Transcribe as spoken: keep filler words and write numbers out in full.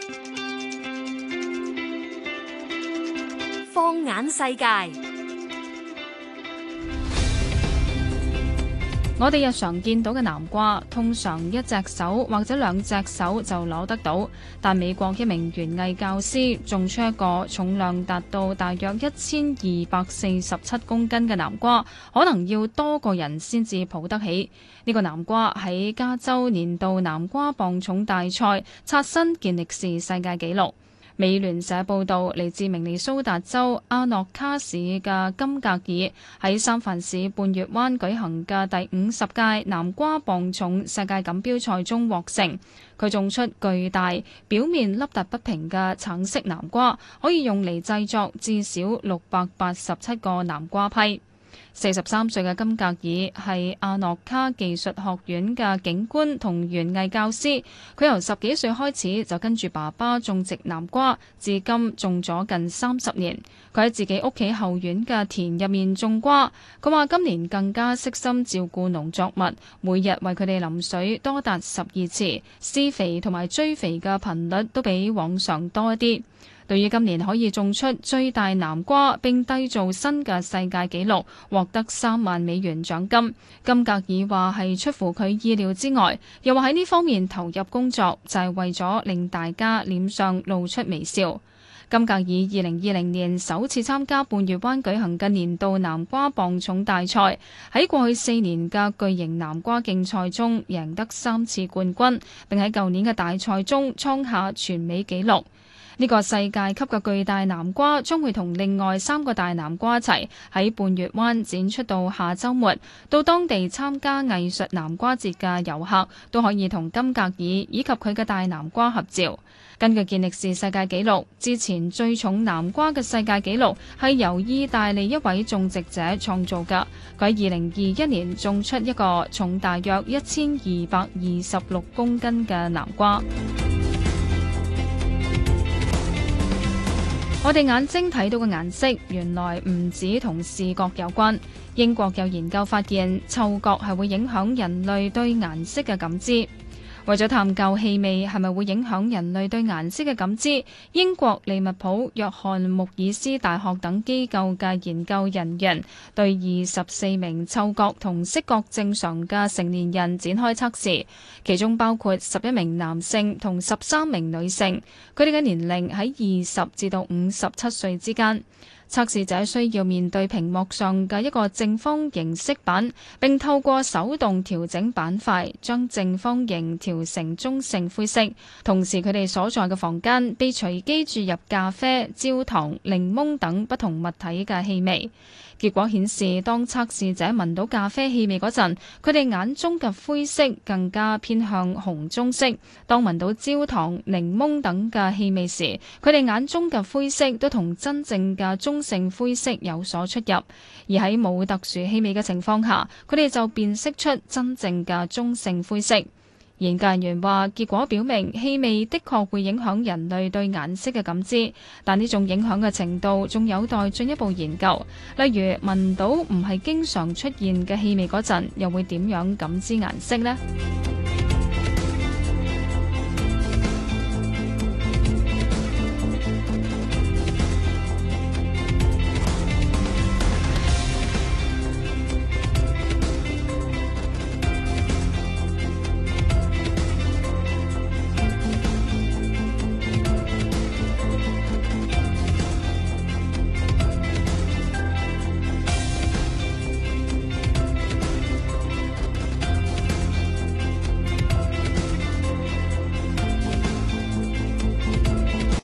放眼世界， 我哋日常見到嘅南瓜，通常一隻手或者兩隻手就攞得到，但美國一名園藝教師種出一個重量達到大約一千二百四十七公斤嘅南瓜，可能要多個人先至抱得起。呢、這個南瓜喺加州年度南瓜磅重大賽刷新健力士世界紀錄。美聯社報導，嚟自明尼蘇達州阿諾卡市嘅金格爾喺三藩市半月灣舉行嘅第五十屆南瓜磅重世界錦標賽中獲勝。佢種出巨大、表面凹凸不平嘅橙色南瓜，可以用嚟製作至少六百八十七個南瓜批。四十三歲嘅金格爾係阿諾卡技術學院嘅景觀同園藝教師，佢由十幾歲開始就跟住爸爸種植南瓜，至今種咗近三十年。佢喺自己屋企後院嘅田入面種瓜，佢話今年更加悉心照顧農作物，每日為佢哋淋水多達十二次，施肥同埋追肥嘅頻率都比往常多一啲。對於今年可以種出最大南瓜並締造新嘅世界紀錄，獲得三萬美元獎金，金格爾話係出乎佢意料之外，又話喺呢方面投入工作就係為咗令大家臉上露出微笑。金格爾二零二零年首次參加半月灣舉行嘅年度南瓜磅重大賽，喺過去四年嘅巨型南瓜競賽中贏得三次冠軍，並喺舊年嘅大賽中創下全美紀錄。呢個世界級嘅巨大南瓜將會同另外三個大南瓜一齊喺半月灣展出到下週末，到當地參加藝術南瓜節嘅遊客都可以同金格爾以及佢嘅大南瓜合照。根據健力士世界紀錄，之前最重南瓜嘅世界紀錄係由意大利一位種植者創造嘅，佢喺二零二一年種出一個重大約一千二百二十六公斤嘅南瓜。我哋眼睛睇到嘅顏色，原來唔止同視覺有關。英國有研究發現，嗅覺係會影響人類對顏色嘅感知。為咗探究氣味係咪會影響人類對顏色嘅感知，英國利物浦約翰穆爾斯大學等機構嘅研究人員對二十四名嗅覺同色覺正常嘅成年人展開測試，其中包括十一名男性同十三名女性，佢哋嘅年齡喺二十至到五十七歲之間。測試者需要面對屏幕上嘅一個正方形色板，並透過手動調整板塊，將正方形調成中性灰色。同時，佢哋所在嘅房間被隨機注入咖啡、焦糖、檸檬等不同物體嘅氣味。結果顯示，當測試者聞到咖啡氣味嗰陣，佢哋眼中嘅灰色更加偏向紅棕色；當聞到焦糖、檸檬等嘅氣味時，佢哋眼中嘅灰色都同真正嘅中性灰色有所出入。而喺冇特殊氣味嘅情況下，佢哋就辨識出真正嘅中性灰色。研究人員話，結果表明氣味的確會影響人類對顏色嘅感知，但呢種影響嘅程度仲有待進一步研究。例如，聞到唔係經常出現嘅氣味嗰陣，又會點樣感知顏色呢？